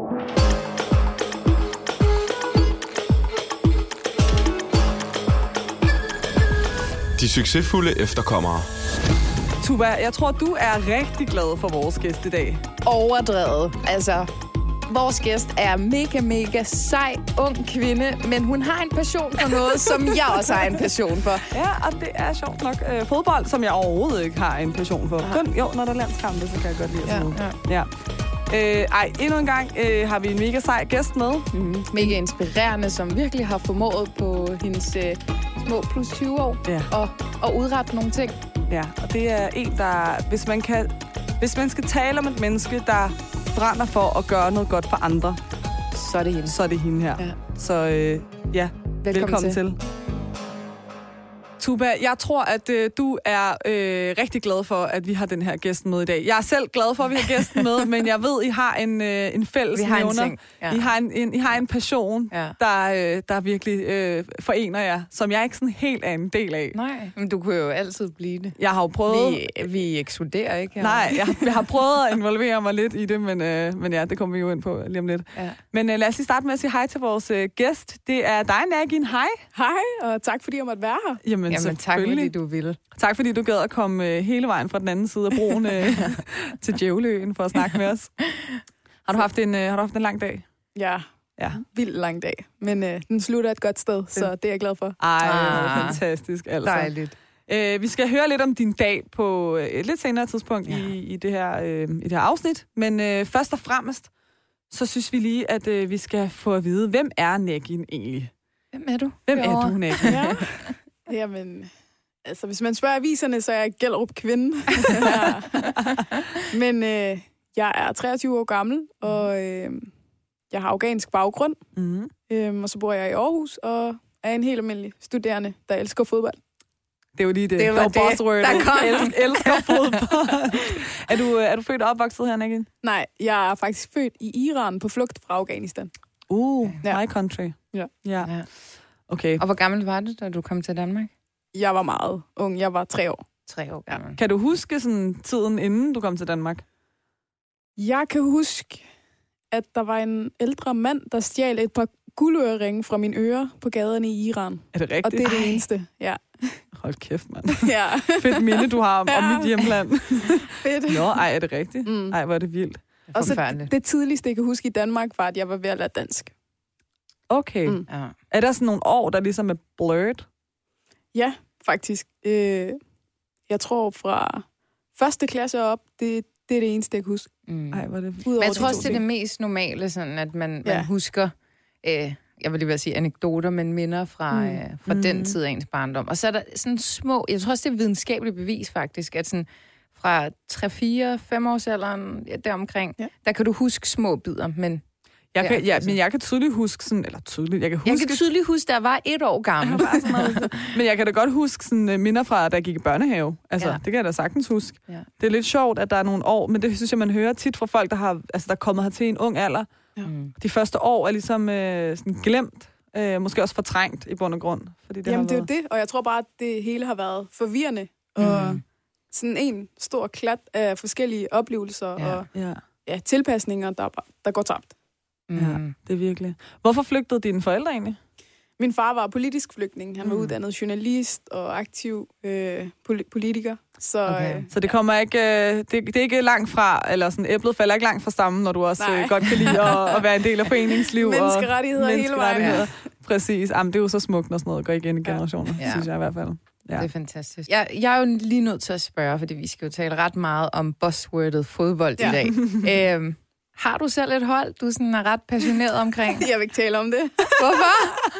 De succesfulde efterkommere. Tuba, jeg tror, du er rigtig glad for vores gæst i dag. Overdrevet. Altså, vores gæst er mega sej, ung kvinde, men hun har en passion for noget, som jeg også har en passion for. Ja, og det er sjovt nok fodbold, som jeg overhovedet ikke har en passion for. Kun, jo, når der er landskampe, så kan jeg godt lide at se. Ja. Endnu en gang har vi en mega sej gæst med. Mega inspirerende, som virkelig har formået på hendes små plus 20 år at udrette nogle ting. Ja, og det er en, der... Hvis man skal tale om et menneske, der brænder for at gøre noget godt for andre, så er det hende. Så er det hende her. Ja. Så velkommen til. Tuba, jeg tror, at du er rigtig glad for, at vi har den her gæst med i dag. Jeg er selv glad for, at vi har gæsten med, men jeg ved, I har en fælles nævner. I har en passion, der virkelig forener jer, som jeg ikke sådan helt er en del af. Nej, men du kunne jo altid blive det. Jeg har jo prøvet... Vi ekskluderer ikke her. Nej, jeg har prøvet at involvere mig lidt i det, men ja, det kommer vi jo ind på lige om lidt. Ja. Men lad os lige starte med at sige hej til vores gæst. Det er dig, Nagin. Hej. Hej, og tak fordi jeg måtte være her. Jamen tak fordi du ville. Tak fordi du gad at komme hele vejen fra den anden side af broen til Djævleøen for at snakke med os. Har du haft en lang dag? Ja. Vild lang dag. Men den slutter et godt sted, så det er jeg glad for. Fantastisk altså. Dejligt. Vi skal høre lidt om din dag på et lidt senere tidspunkt i det her afsnit. Men først og fremmest, så synes vi lige, at vi skal få at vide, hvem er Nagin egentlig? Hvem er du? Hvem er du, Nagin? Jamen, altså hvis man spørger aviserne, så er jeg Gellerup kvinde. Men jeg er 23 år gammel, og jeg har afghansk baggrund. Og så bor jeg i Aarhus, og er en helt almindelig studerende, der elsker fodbold. Det er jo lige det. Det var buzzword. Elsker fodbold. Er du født og opvokset her, Nagin? Nej, jeg er faktisk født i Iran på flugt fra Afghanistan. My country. Ja. Okay. Og hvor gammel var du, da du kom til Danmark? Jeg var meget ung. Jeg var 3 år. 3 år gammel. Kan du huske sådan tiden, inden du kom til Danmark? Jeg kan huske, at der var en ældre mand, der stjal et par guldøreringe fra mine ører på gaderne i Iran. Er det rigtigt? Og det er det eneste, Hold kæft, mand. Ja. Fedt minde, du har om mit hjemland. Fedt. Nå, er det rigtigt? Ej, hvor er det vildt. Og så det tidligste, jeg kan huske i Danmark, var, at jeg var ved at lære dansk. Okay. Ja. Er der sådan nogle år, der ligesom er blurred? Ja, faktisk. Jeg tror fra 1. klasse op, det er det eneste, jeg kan huske. Ej, hvor er det... Men jeg tror også, det er det mest normale, sådan at man husker, jeg vil lige vil sige anekdoter, men minder fra den tid af ens barndom. Og så er der sådan små, jeg tror også, det er videnskabeligt bevis faktisk, at sådan fra 3-4-5 års alderen, deromkring, der kan du huske små bidder, men... Men jeg kan tydeligt huske sådan, eller tydeligt, jeg kan tydeligt huske, der var 1 år gammel. Men jeg kan da godt huske sådan minder fra, da jeg gik i børnehave. Altså, det kan jeg da sagtens huske. Ja. Det er lidt sjovt, at der er nogle år, men det synes jeg, man hører tit fra folk, der er kommet hertil i en ung alder. Ja. De første år er ligesom sådan glemt, måske også fortrængt i bund og grund. Fordi det det er jo det, og jeg tror bare, at det hele har været forvirrende. Og sådan en stor klat af forskellige oplevelser og tilpasninger, der går tabt. Ja, det er virkelig. Hvorfor flygtede dine forældre egentlig? Min far var politisk flygtning. Han var uddannet journalist og aktiv politiker. Så det kommer ikke, det er ikke langt fra, eller sådan æblet falder ikke langt fra stammen, når du også godt kan lide at være en del af foreningsliv. Menneskerettigheder hele vejen. Ja. Præcis. Jamen, det er jo så smukt, når sådan noget går igen i generationer, synes jeg i hvert fald. Ja. Det er fantastisk. Jeg er jo lige nødt til at spørge, fordi vi skal jo tale ret meget om buzzwordet fodbold i dag. Har du selv et hold, du sådan er ret passioneret omkring? Jeg vil ikke tale om det. Hvorfor?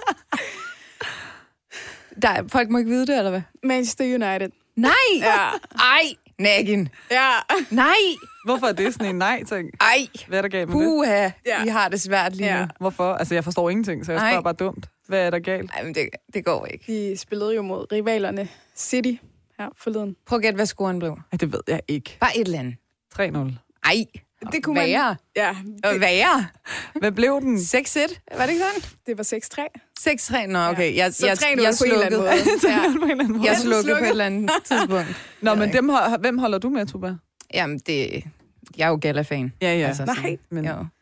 Folk må ikke vide det, eller hvad? Manchester United. Nej! Ja. Ej, Nagin. Ja. Nej! Hvorfor er det sådan en nej-ting? Ej! Hvad er der galt med det? Vi har det svært lige nu. Hvorfor? Altså, jeg forstår ingenting, så jeg spørger bare dumt. Hvad er der galt? Nej, men det går ikke. De spillede jo mod rivalerne City her forleden. Prøv at gætte, hvad scoren blev. Det ved jeg ikke. Bare et eller andet. 3-0. Ej. Det kunne man... Ja. Værre. Hvad blev den? 6-1. Var det ikke sådan? Det var 6-3. Nå, okay. Jeg slukkede. Jeg slukkede på et eller andet tidspunkt. Nå, men hvem holder du med, Tuba? Jamen, jeg er jo Gala-fan. Ja. Altså, nej. Men...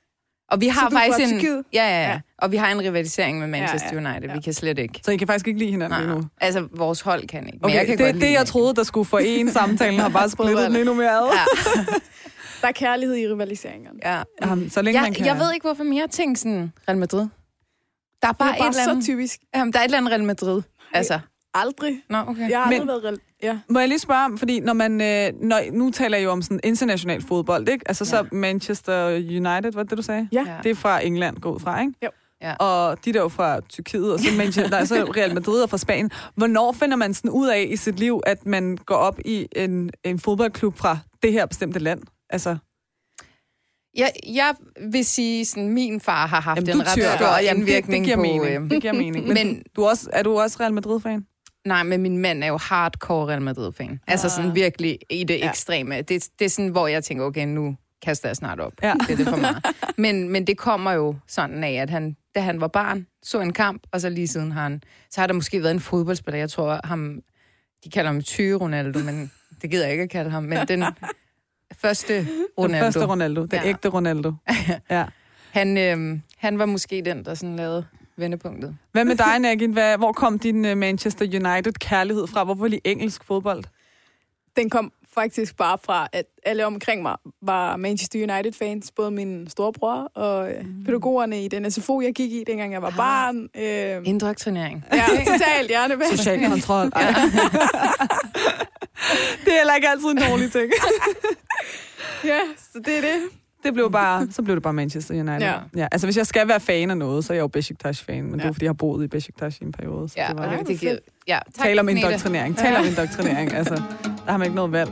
Og vi har faktisk en... Ja. Og vi har en rivalisering med Manchester United. Vi kan slet ikke. Så I kan faktisk ikke lide hinanden endnu? Altså, vores hold kan ikke. Men Okay, jeg kan godt det jeg troede, der skulle forene samtalen, har bare splittet den endnu mere ad. Ja. Der er kærlighed i rivaliseringerne. Ja. Så længe man kan... Jeg ved ikke, hvorfor, men jeg tænker sådan, Real Madrid. Der er bare, det er bare et eller andet, så typisk. Jamen, der er et eller andet Real Madrid. Altså. Aldrig. Nå, okay. Jeg har aldrig været ja. Må jeg lige spørge om, fordi når man, nu taler jeg jo om sådan international fodbold, ikke? Altså så Manchester United, hvad det du sagde? Ja. Det er fra England, går ud fra, ikke? Jo. Ja. Og de der jo fra Tyrkiet, og så så Real Madrid og fra Spanien. Hvornår finder man sådan ud af i sit liv, at man går op i en fodboldklub fra det her bestemte land? Altså... Jeg vil sige, sådan, min far har haft en ret stor indvirkning på... Det giver mening. Men er du også Real Madrid-fan? Nej, men min mand er jo hardcore Real Madrid-fan. Altså sådan virkelig i det ekstreme. Det er sådan, hvor jeg tænker, okay, nu kaster jeg snart op. Ja. Det er det for mig. Men det kommer jo sådan af, at han, da han var barn, så en kamp, og så lige siden så har der måske været en fodboldspiller. Jeg tror, de kalder ham Ronaldo, men det gider jeg ikke at kalde ham. Men den første Ronaldo. Den første Ronaldo. Den ægte Ronaldo. Ja. Han var måske den, der sådan lavede vendepunktet. Hvad med dig, Nagin? Hvor kom din Manchester United-kærlighed fra? Hvorfor lige engelsk fodbold? Den kom faktisk bare fra, at alle omkring mig var Manchester United-fans. Både min storebror og pædagogerne i den SFO, jeg gik i, dengang jeg var barn. Indoktrinering. Ja, totalt hjernebænd. Social kontrol. Ja. Det er heller ikke altid en dårlig ting. Ja, så det er det. Så blev det bare Manchester United. Ja. Altså, hvis jeg skal være fan af noget, så er jeg jo Beşiktaş-fan, men det er fordi, jeg har boet i Beşiktaş i en periode. Så ja, det var tak, Tal om indoktrinering. Tal om indoktrinering. Altså, der har man ikke noget valg.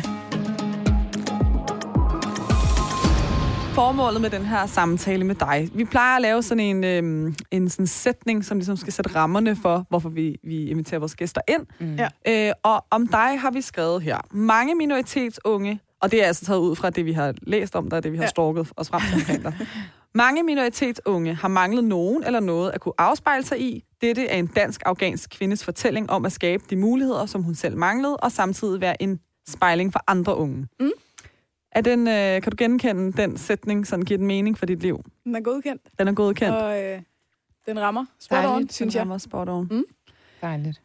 Formålet med den her samtale med dig. Vi plejer at lave sådan en sådan sætning, som ligesom skal sætte rammerne for, hvorfor vi inviterer vores gæster ind. Og om dig har vi skrevet her. Mange minoritetsunge, og det er altså taget ud fra det, vi har læst om dig, og det, vi har stalket os frem til omkring dig. Mange minoritetsunge har manglet nogen eller noget at kunne afspejle sig i. Dette er en dansk-afghansk kvindes fortælling om at skabe de muligheder, som hun selv manglede, og samtidig være en spejling for andre unge. Er den, kan du genkende den sætning, sådan giver den mening for dit liv? Den er godkendt. Den er godkendt. Og den rammer spot on, synes jeg. Den rammer spot on. Dejligt.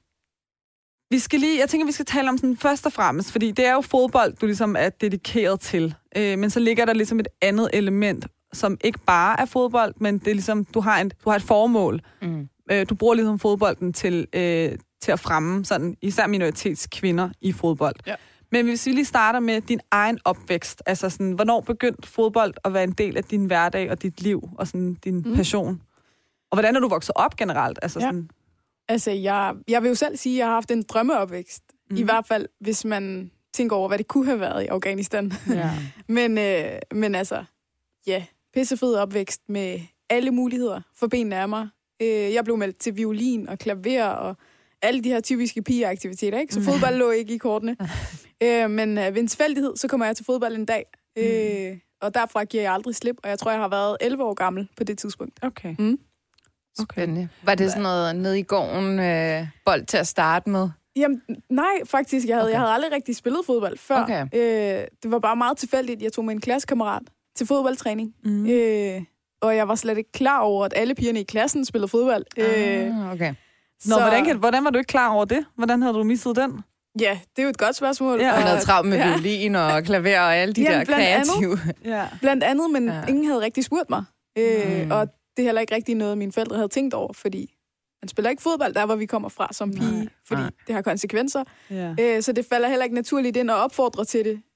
Jeg tænker, vi skal tale om sådan først og fremmest, fordi det er jo fodbold, du ligesom er dedikeret til. Men så ligger der ligesom et andet element, som ikke bare er fodbold, men det er ligesom, du har et formål. Du bruger ligesom fodbolden til at fremme sådan, især minoritetskvinder i fodbold. Ja. Men hvis vi lige starter med din egen opvækst, altså sådan, hvornår begyndte fodbold at være en del af din hverdag og dit liv og sådan din passion? Og hvordan er du vokset op generelt? Altså, sådan... altså jeg vil jo selv sige, at jeg har haft en drømmeopvækst. I hvert fald, hvis man tænker over, hvad det kunne have været i Afghanistan. Ja. men altså, pissefed opvækst med alle muligheder for benene af mig. Jeg blev meldt til violin og klaver og alle de her typiske pigeaktiviteter, ikke? Så fodbold lå ikke i kortene. Men ved en tilfældighed, så kommer jeg til fodbold en dag. Og derfra giver jeg aldrig slip, og jeg tror, jeg har været 11 år gammel på det tidspunkt. Okay. Spændende. Var det sådan noget nede i gården bold til at starte med? Jamen, nej, faktisk. Jeg havde aldrig rigtig spillet fodbold før. Okay. Det var bare meget tilfældigt. Jeg tog med en klassekammerat til fodboldtræning. Og jeg var slet ikke klar over, at alle pigerne i klassen spillede fodbold. Okay. Nå, hvordan var du ikke klar over det? Hvordan havde du misset den? Ja, det er jo et godt spørgsmål. Ja. Man havde travlt med violin og klaver og alle de der kreative. Blandt andet, men ingen havde rigtig spurgt mig. Og det er heller ikke rigtig noget, mine forældre havde tænkt over, fordi man spiller ikke fodbold der, hvor vi kommer fra som pige, fordi det har konsekvenser. Så det falder heller ikke naturligt ind og opfordre til det.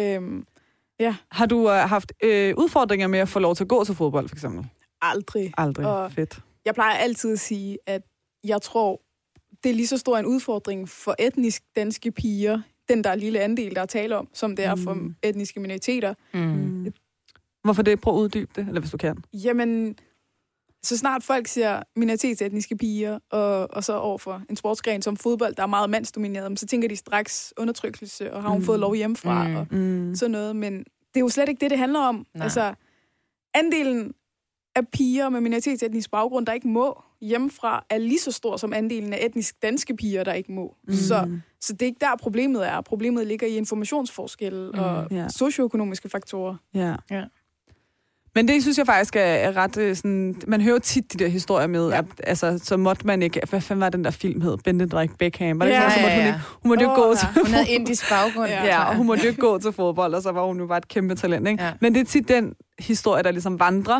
Har du haft udfordringer med at få lov til at gå til fodbold, for eksempel? Aldrig. Og fedt. Jeg plejer altid at sige, at jeg tror, det er lige så stor en udfordring for etnisk danske piger, den der lille andel, der er tale om, som det er for etniske minoriteter. Hvorfor det? Prøv at uddybe det, eller hvis du kan. Jamen, så snart folk siger minoritetsetniske piger, og så overfor en sportsgren som fodbold, der er meget mandsdomineret, så tænker de straks undertrykkelse, og har hun fået lov hjemmefra, og sådan noget. Men det er jo slet ikke det handler om. Nej. Altså, andelen af piger med minoritetsetnisk baggrund, der ikke må hjemmefra, er lige så stor som andelen af etnisk danske piger, der ikke må. Så det er ikke der, problemet er. Problemet ligger i informationsforskelle og socioøkonomiske faktorer. Ja. Men det synes jeg faktisk er ret sådan... Man hører tit de der historier med, at altså, så måtte man ikke... Hvad fanden var den der film hed? Benedict Beckham. Var det sådan, så måtte hun ikke... Hun måtte jo gå til... Hun havde indisk baggrund. Ja, og hun måtte jo ikke gå til fodbold, og så var hun jo bare et kæmpe talent, ikke? Ja. Men det er tit den historie, der ligesom vandrer.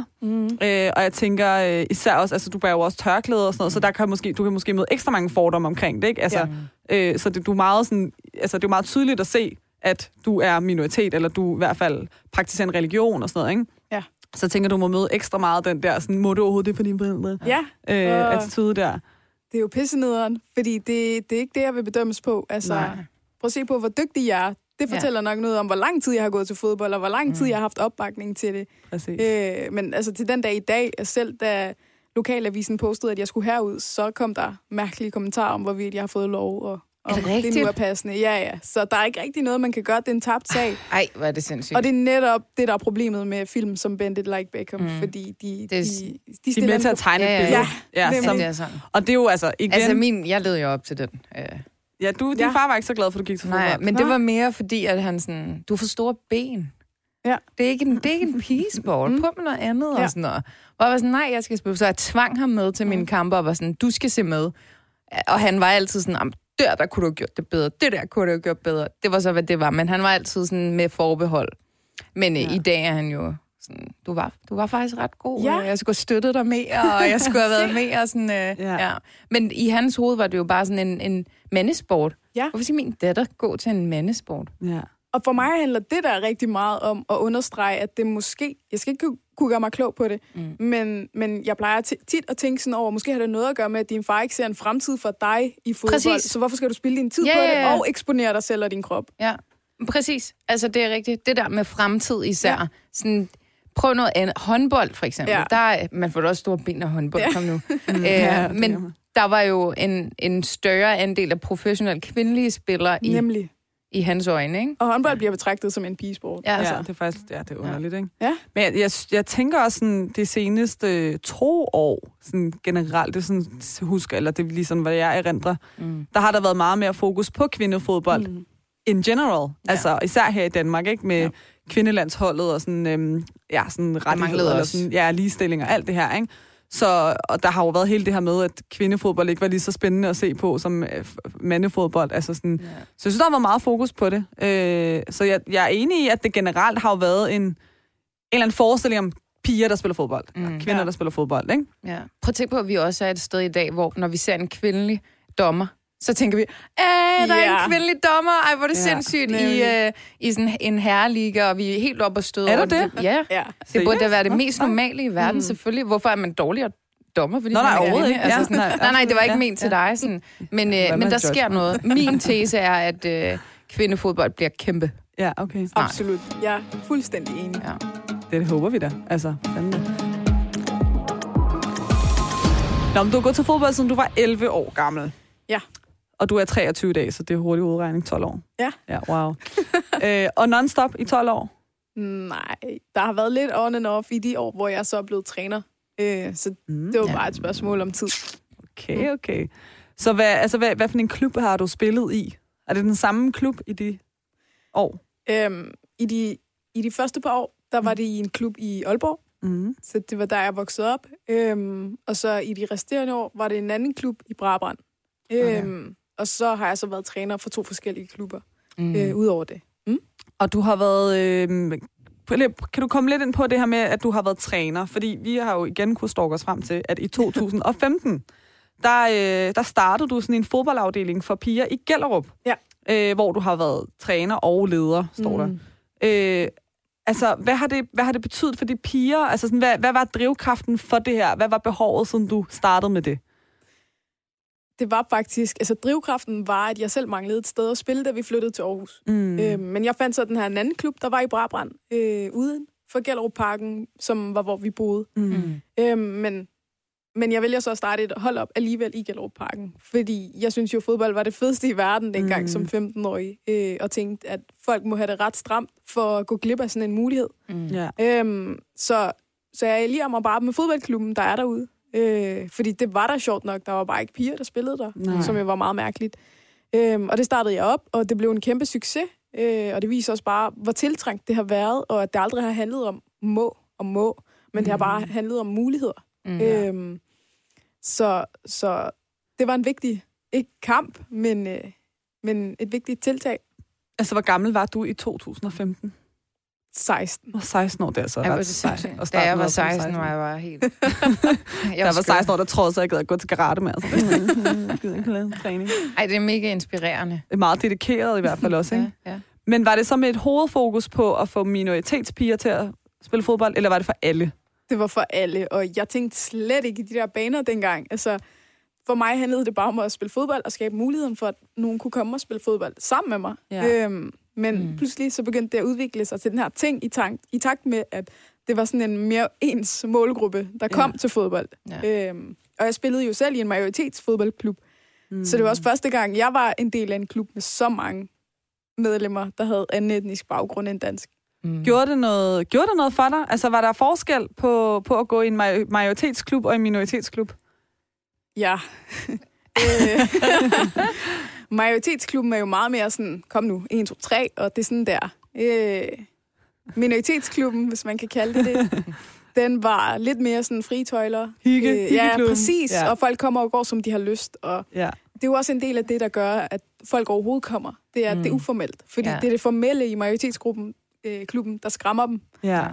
Og jeg tænker især også... Altså, du bærer jo også tørklæder og sådan noget, så der kan du kan måske møde ekstra mange fordomme omkring det, ikke? Altså, så du er meget sådan... Altså, det er jo meget tydeligt at se, at du er minoritet, eller du i hvert fald praktiserer en religion og sådan noget, ikke? Ja. Så tænker du må møde ekstra meget den der, sådan, må du overhovedet det for dine forældre? Ja. Attitude der. Det er jo pissenederen, fordi det er ikke det, jeg vil bedømmes på. Altså, prøv at se på, hvor dygtig jeg er. Det fortæller nok noget om, hvor lang tid jeg har gået til fodbold, og hvor lang tid jeg har haft opbakning til det. Præcis. Men altså til den dag i dag, selv da lokalavisen postede, at jeg skulle herud, så kom der mærkelige kommentarer om, hvorvidt jeg har fået lov, og om det nu er passende. Ja. Så der er ikke rigtig noget, man kan gøre. Det er en tabt sag. Ej, hvor er det sindssygt. Og det er netop det, der er problemet med film som Bend It Like Beckham, fordi de er med til at tegne et billede. Ja, det er sådan. Og det er jo altså igen... Altså jeg led jo op til den. Ja, din far var ikke så glad for, at du gik til fodbold. Nej, men det var mere fordi, at han sådan... Du får store ben. Ja. Det er ikke en pigesport. Prøv med noget andet og sådan noget. Og jeg var sådan, nej, jeg skal spille. Så jeg tvang ham med til mine kampe og var sådan, du skal se med. Og han var altid sådan, der kunne du have gjort det bedre. Det der kunne du have gjort bedre. Det var så, hvad det var. Men han var altid sådan med forbehold. Men i dag er han jo sådan, du var faktisk ret god. Ja. Jeg skulle støtte dig mere, og jeg skulle have været mere. Sådan, ja. Men i hans hoved var det jo bare sådan en mandesport. Ja. Hvorfor skal min datter gå til en mandesport? Ja. Og for mig handler det der rigtig meget om at understrege, at det måske... Jeg skal ikke kunne gøre mig klog på det, men jeg plejer tit at tænke sådan over, måske har det noget at gøre med, at din far ikke ser en fremtid for dig i fodbold. Præcis. Så hvorfor skal du spille din tid på det, og eksponere dig selv og din krop? Ja, præcis. Altså, det er rigtigt. Det der med fremtid især. Ja. Sådan, prøv noget andet. Håndbold, for eksempel. Ja. Man får da også store ben af håndbold, kom nu. Men der var jo en større andel af professionelle kvindelige spillere i hans øjne, ikke? Og håndbold bliver betragtet som en pigesport. Ja, altså. Det er faktisk det er underligt, ikke? Ja. Men jeg tænker også sådan, de seneste 2 år, sådan generelt, det sådan, husker, eller det er ligesom, hvad jeg erindrer, der har der været meget mere fokus på kvindefodbold in general. Ja. Altså, især her i Danmark, ikke? Med kvindelandsholdet og sådan, sådan rettigheder, eller sådan, ligestilling og alt det her, ikke? Så, og der har jo været hele det her med, at kvindefodbold ikke var lige så spændende at se på som mandefodbold. Altså sådan, så jeg synes, der har været meget fokus på det. Så jeg er enig i, at det generelt har jo været en eller anden forestilling om piger, der spiller fodbold. Kvinder, der spiller fodbold, ikke? Ja. Prøv at tænke på, at vi også er et sted i dag, hvor når vi ser en kvindelig dommer, så tænker vi, der er en kvindelig dommer. Ej, hvor er det sindssygt i sådan en herreliga, og vi er helt oppe og støde. Er det? Ja. Det burde da være det mest normale i verden, selvfølgelig. Hvorfor er man dårligere dommer? Fordi overhovedet ikke. Altså, nej, det var ikke ment til dig. Sådan. Men der sker noget. Min tese er, at kvindefodbold bliver kæmpe. Ja, okay. Absolut. Jeg er fuldstændig enig. Ja. Det håber vi da. Altså, fandme. Nå, men du har gået til fodbold, siden du var 11 år gammel. Ja. Og du er 23 dage, så det er hurtig udregning, 12 år. Ja. Ja, wow. Og non-stop i 12 år? Nej, der har været lidt on and off i de år, hvor jeg så er blevet træner. Så det var bare et spørgsmål om tid. Okay. Så hvad for en klub har du spillet i? Er det den samme klub i de år? I de første par år, der var det i en klub i Aalborg. Så det var der, jeg voksede op. Og så i de resterende år, var det en anden klub i Brabrand. Og så har jeg så været træner for 2 forskellige klubber, udover det. Og du har været... kan du komme lidt ind på det her med, at du har været træner? Fordi vi har jo igen kunnet stalke os frem til, at i 2015, der startede du sådan en fodboldafdeling for piger i Gellerup. Ja. Hvor du har været træner og leder, står der. Altså, hvad har det betydet for de piger? Altså, sådan, hvad var drivkraften for det her? Hvad var behovet, siden du startede med det? Det var faktisk... Altså, drivkraften var, at jeg selv manglede et sted at spille, da vi flyttede til Aarhus. Men jeg fandt så den her anden klub, der var i Brabrand, uden for Gellerup Parken, som var, hvor vi boede. Men jeg vælger så at starte et hold op alligevel i Gellerup Parken, fordi jeg synes jo, fodbold var det fedeste i verden dengang som 15-årig, og tænkte, at folk må have det ret stramt for at gå glip af sådan en mulighed. Så jeg lige mig bare med fodboldklubben, der er derude. Fordi det var da sjovt nok. Der var bare ikke piger, der spillede der, som jo var meget mærkeligt. Og det startede jeg op, og det blev en kæmpe succes. Og det viser også bare, hvor tiltrængt det har været, og at det aldrig har handlet om må. Men det har bare handlet om muligheder. Så det var en vigtig, ikke kamp, men et vigtigt tiltag. Altså, hvor gammel var du i 2015? 16. 16 år, det er så ret sejt. Da jeg var 16, var jeg bare helt... Da jeg var 16 år, der troede jeg ikke, at jeg gå til karate med. Træning. Ej, det er mega inspirerende. Det er meget dedikeret i hvert fald også, ikke? Ja. Men var det så med et hovedfokus på at få minoritetspiger til at spille fodbold, eller var det for alle? Det var for alle, og jeg tænkte slet ikke i de der baner dengang. Altså, for mig handlede det bare om at spille fodbold og skabe muligheden for, at nogen kunne komme og spille fodbold sammen med mig. Ja. Men pludselig så begyndte det at udvikle sig til den her ting i takt med, at det var sådan en mere ens målgruppe, der kom til fodbold. Ja. Og jeg spillede jo selv i en majoritetsfodboldklub. Så det var også første gang, jeg var en del af en klub med så mange medlemmer, der havde anden etnisk baggrund end dansk. Gjorde det noget for dig? Altså, var der forskel på at gå i en majoritetsklub og en minoritetsklub? Ja. Majoritetsklubben er jo meget mere sådan, kom nu, 1, 2, 3, og det er sådan der. Minoritetsklubben, hvis man kan kalde det, den var lidt mere sådan fritøjler. Ja, præcis. Ja. Og folk kommer og går, som de har lyst. Og det er jo også en del af det, der gør, at folk overhovedet kommer. Det er, at det er uformelt. Fordi det er det formelle i majoritetsklubben, der skræmmer dem. Ja.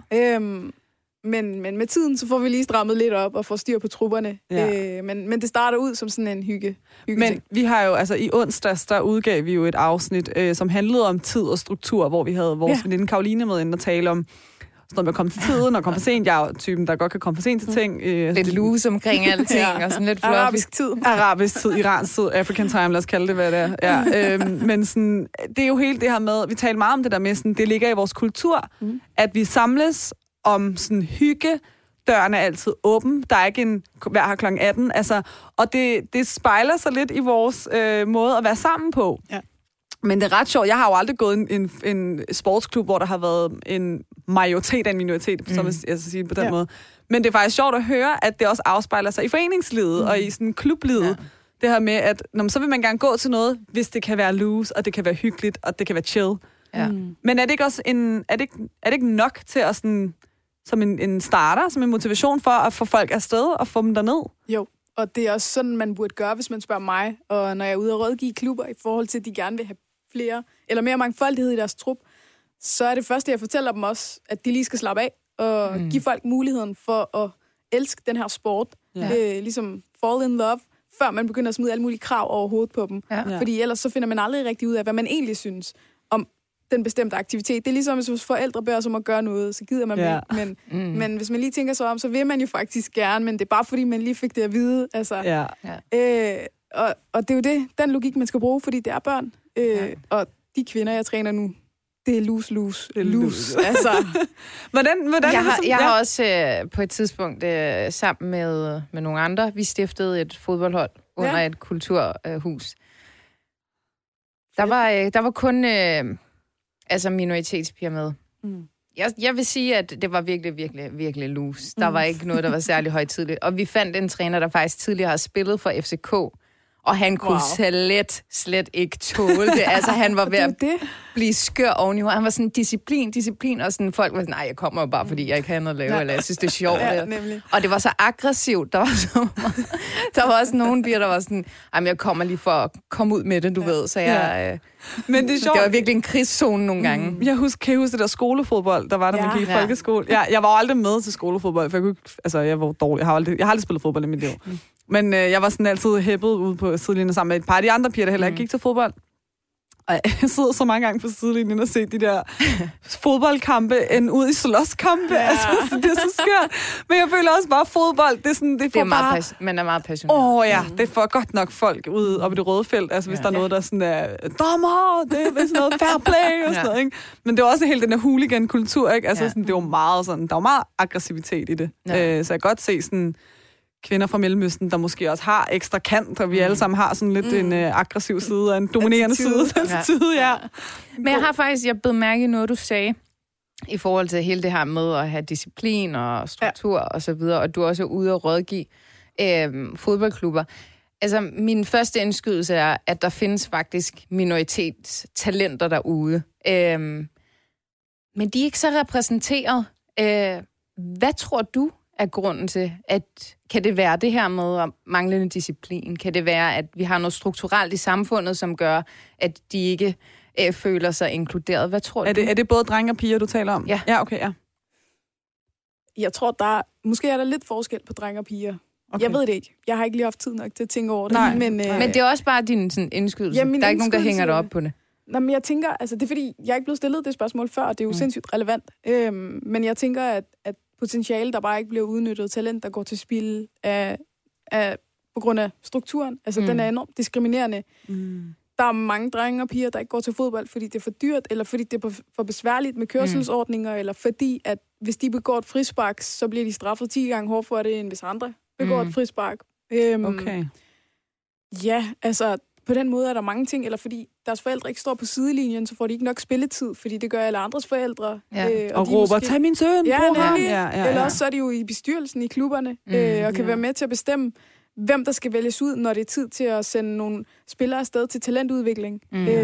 Men med tiden, så får vi lige strammet lidt op og får styr på trupperne. Ja. Men det starter ud som sådan en hygge men vi har jo, altså i onsdags, der udgav vi jo et afsnit, som handlede om tid og struktur, hvor vi havde vores veninde Karoline med ind og tale om sådan noget med at komme til tiden og komme for sent. Jeg er jo typen, der godt kan komme for sent til ting. Lidt loose omkring alting og sådan lidt fluffy. Arabisk tid, iransk tid, African time, lad os kalde det, hvad det er. Ja, men sådan, det er jo helt det her med, vi taler meget om det der med, sådan, det ligger i vores kultur, at vi samles om sådan hygge. Døren er altid åben. Der er ikke en hver her kl. 18. Altså, og det spejler sig lidt i vores måde at være sammen på. Ja. Men det er ret sjovt. Jeg har jo aldrig gået en sportsklub, hvor der har været en majoritet af en minoritet, som jeg skal sige på den måde. Men det er faktisk sjovt at høre, at det også afspejler sig i foreningslivet og i sådan klublivet. Ja. Det her med, at så vil man gerne gå til noget, hvis det kan være loose, og det kan være hyggeligt, og det kan være chill. Ja. Men er det ikke også er det ikke nok til at sådan, som en starter, som en motivation for at få folk afsted og få dem derned? Jo, og det er også sådan, man burde gøre, hvis man spørger mig, og når jeg er ude og rådgive klubber i forhold til, at de gerne vil have flere, eller mere mangfoldighed i deres trup, så er det første, jeg fortæller dem også, at de lige skal slappe af, og give folk muligheden for at elske den her sport. Ja. Ligesom fall in love, før man begynder at smide alle mulige krav over hovedet på dem. Ja. Fordi ellers så finder man aldrig rigtig ud af, hvad man egentlig synes om den bestemte aktivitet. Det er ligesom, hvis forældre beder os om at gøre noget, så gider man ikke. Men hvis man lige tænker sig om, så vil man jo faktisk gerne, men det er bare fordi, man lige fik det at vide. Altså, og det er jo det, den logik, man skal bruge, fordi det er børn. Og de kvinder, jeg træner nu, det er loose. Altså. Jeg har også på et tidspunkt sammen med nogle andre, vi stiftede et fodboldhold under et kulturhus. Der var kun minoritetspiger med. Jeg vil sige, at det var virkelig, virkelig, virkelig loose. Der var ikke noget, der var særlig højtideligt. Og vi fandt en træner, der faktisk tidligere har spillet for FCK. Og han kunne slet ikke tåle det. Altså, han var ved at blive skør oveni. Han var sådan disciplin, og sådan folk var sådan, nej, jeg kommer jo bare, fordi jeg ikke har noget at lave, eller jeg synes, det er sjovt. Og det var så aggressivt. Der var også nogle piger, der var sådan, jeg kommer lige for at komme ud med det, du ved. Så jeg... Men det er sjovt. Det var virkelig en krigszone nogle gange. Kan jeg huske det der skolefodbold, der var der, man gik i folkeskole. Jeg var aldrig med til skolefodbold, for jeg var dårlig. Jeg har aldrig spillet fodbold i mit liv. Men jeg var sådan altid hæppet ude på sidelinjen sammen med et par af de andre piger, der heller ikke gik til fodbold. Og jeg sidder så mange gange på sidelinjen og ser de der fodboldkampe ende ud i slåskampe. Altså, det er så skørt. Men jeg føler også bare, fodbold, det er sådan... Det er meget man er meget passioneret. Det får godt nok folk ud op i det røde felt. Altså, hvis der er noget, der sådan er... Dommer! Det er sådan noget fair play og sådan noget, ikke? Men det er også helt den der hooligan-kultur, ikke? Altså, sådan, det er jo meget sådan... Der er jo meget aggressivitet i det. Så jeg kan godt se sådan... kvinder fra Mellemøsten, der måske også har ekstra kant, og vi alle sammen har sådan lidt en aggressiv side og en dominerende side. Men jeg bed mærke i noget, du sagde, i forhold til hele det her med at have disciplin og struktur og så videre, og du også er ude og rådgive fodboldklubber. Altså, min første indskydelse er, at der findes faktisk minoritetstalenter derude. Men de er ikke så repræsenteret. Hvad tror du er grunden til, at kan det være det her med manglende disciplin? Kan det være, at vi har noget strukturelt i samfundet, som gør, at de ikke føler sig inkluderet? Hvad tror du? Er det både drenge og piger, du taler om? Ja. Ja, okay, ja. Jeg tror, måske er der lidt forskel på drenge og piger. Okay. Jeg ved det ikke. Jeg har ikke lige haft tid nok til at tænke over det. Nej. Men det er også bare din sådan, indskydelse. Ja, der er ikke nogen, der hænger dig op på det. Nå, men jeg tænker, altså det er fordi, jeg er ikke blevet stillet det spørgsmål før, og det er jo sindssygt relevant. Men jeg tænker, at potentiale, der bare ikke bliver udnyttet, talent, der går til spil på grund af strukturen, altså den er enormt diskriminerende. Der er mange drenge og piger, der ikke går til fodbold, fordi det er for dyrt, eller fordi det er for besværligt med kørselsordninger, eller fordi, at hvis de begår et frispark, så bliver de straffet 10 gange hårdere for det, end hvis andre begår et frispark. Okay. Ja, altså på den måde er der mange ting, eller fordi deres forældre ikke står på sidelinjen, så får de ikke nok spilletid, fordi det gør alle andres forældre. Og råber, tag min søn, bror ham. Eller også så er de jo i bestyrelsen i klubberne, og kan være med til at bestemme, hvem der skal vælges ud, når det er tid til at sende nogle spillere afsted til talentudvikling.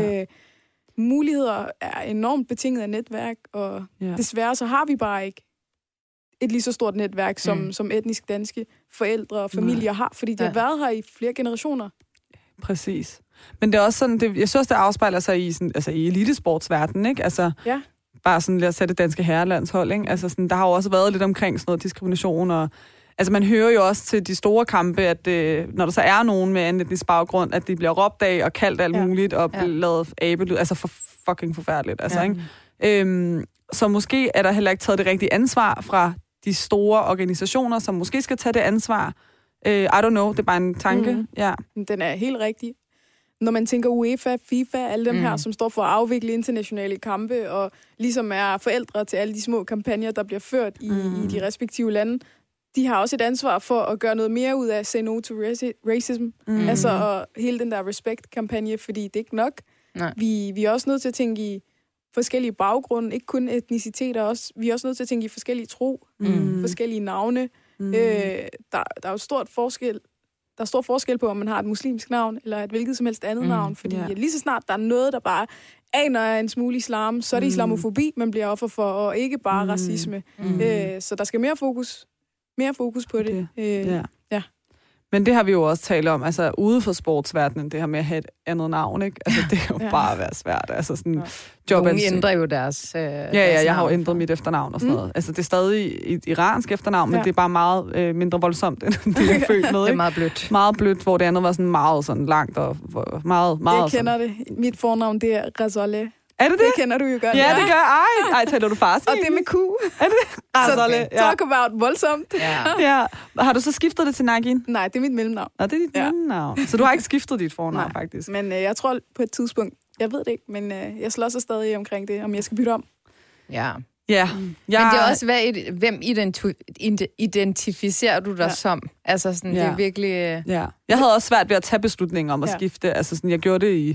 Muligheder er enormt betinget af netværk, og desværre så har vi bare ikke et lige så stort netværk, som etnisk danske forældre og familier har, fordi de har været her i flere generationer. Præcis. Men det er også sådan, jeg synes, det afspejler sig i, sådan, altså i elitesportsverdenen, ikke? Altså, bare sådan, lad os sætte det danske herrelandshold, ikke? Altså, sådan, der har jo også været lidt omkring sådan noget diskrimination, og altså, man hører jo også til de store kampe, at når der så er nogen med anden etnisk baggrund, at de bliver råbt af og kaldt alt muligt, og lavet abelyd, altså fucking forfærdeligt, altså, ikke? Så måske er der heller ikke taget det rigtige ansvar fra de store organisationer, som måske skal tage det ansvar. I don't know, det er bare en tanke. Ja. Den er helt rigtig. Når man tænker UEFA, FIFA, alle dem her, som står for at afvikle internationale kampe, og ligesom er forældre til alle de små kampagner, der bliver ført i de respektive lande, de har også et ansvar for at gøre noget mere ud af Say No to Racism. Altså og hele den der respect-kampagne, fordi det er ikke nok. Vi er også nødt til at tænke i forskellige baggrunde, ikke kun etniciteter, også. Vi er også nødt til at tænke i forskellige tro, forskellige navne. Der er jo stor forskel på, om man har et muslimsk navn, eller et hvilket som helst andet navn, fordi lige så snart der er noget, der bare aner en smule islam, så er det islamofobi, man bliver offer for, og ikke bare racisme. Så der skal mere fokus på det. Ja. Men det har vi jo også talt om, altså ude for sportsverdenen, det her med at have et andet navn, ikke? Altså det er jo bare været svært. Altså sådan Nogle ændrer jo deres jeg har jo ændret mit efternavn og sådan noget. Altså det er stadig et iransk efternavn, men det er bare meget mindre voldsomt, end det jeg er født med. Det er meget blødt. Meget blødt, hvor det andet var sådan meget sådan langt og meget jeg kender det. Mit fornavn, det er Razale. Er det det? Det kender du jo godt. Ja, det gør jeg. Ej, taler du farsi? Og det er med Q. Er det? Så talk about voldsomt. Ja. Har du så skiftet det til Nagin? Nej, det er mit mellemnavn. Det er dit mellemnavn. Så du har ikke skiftet dit fornavn, faktisk? Men jeg tror på et tidspunkt, jeg ved det ikke, men jeg slår sig stadig omkring det, om jeg skal bytte om. Ja. Men det er også, hvem identificerer du dig som? Altså sådan, det er virkelig... Jeg havde også svært ved at tage beslutningen om at skifte. Altså sådan, jeg gjorde det i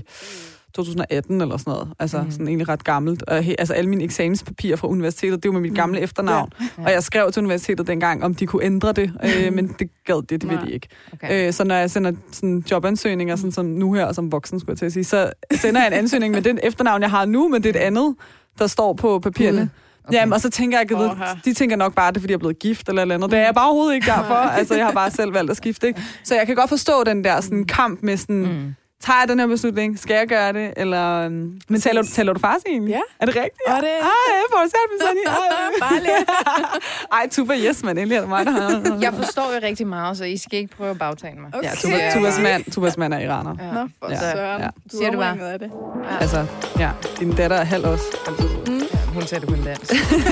2018 eller sådan noget. Altså sådan egentlig ret gammelt. Og altså alle mine eksamenspapirer fra universitetet, det var med mit gamle efternavn. Og jeg skrev til universitetet dengang, om de kunne ændre det. Men det gad det ville de ikke. Okay. Så når jeg sender sådan jobansøgninger, sådan som nu her, og som voksen skulle jeg til at sige, så sender jeg en ansøgning med den efternavn, jeg har nu, men det er et andet, der står på papirerne. Okay. Jamen, og så tænker jeg, de tænker nok bare, det er, fordi jeg er blevet gift eller andet. Det er jeg bare overhovedet ikke derfor. Altså, jeg har bare selv valgt at skifte, ikke? Så jeg kan godt forstå den der sådan, kamp med sådan... Tager jeg den her beslutning? Skal jeg gøre det? Eller... Men taler du farsi egentlig? Ja. Er det rigtigt? Ja, det er... jeg får det selv med sådan. Bare lidt. Ej, Tuba, yes, man. Endelig er det mig, der har... Jeg forstår jo rigtig meget, så I skal ikke prøve at bagtale mig. Okay. Tubas mand er iraner. Ja. Nå, for søren. Du siger det bare. Af det. Altså, din datter er halv også. Hun sagde det på en dans.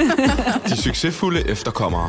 De succesfulde efterkommere.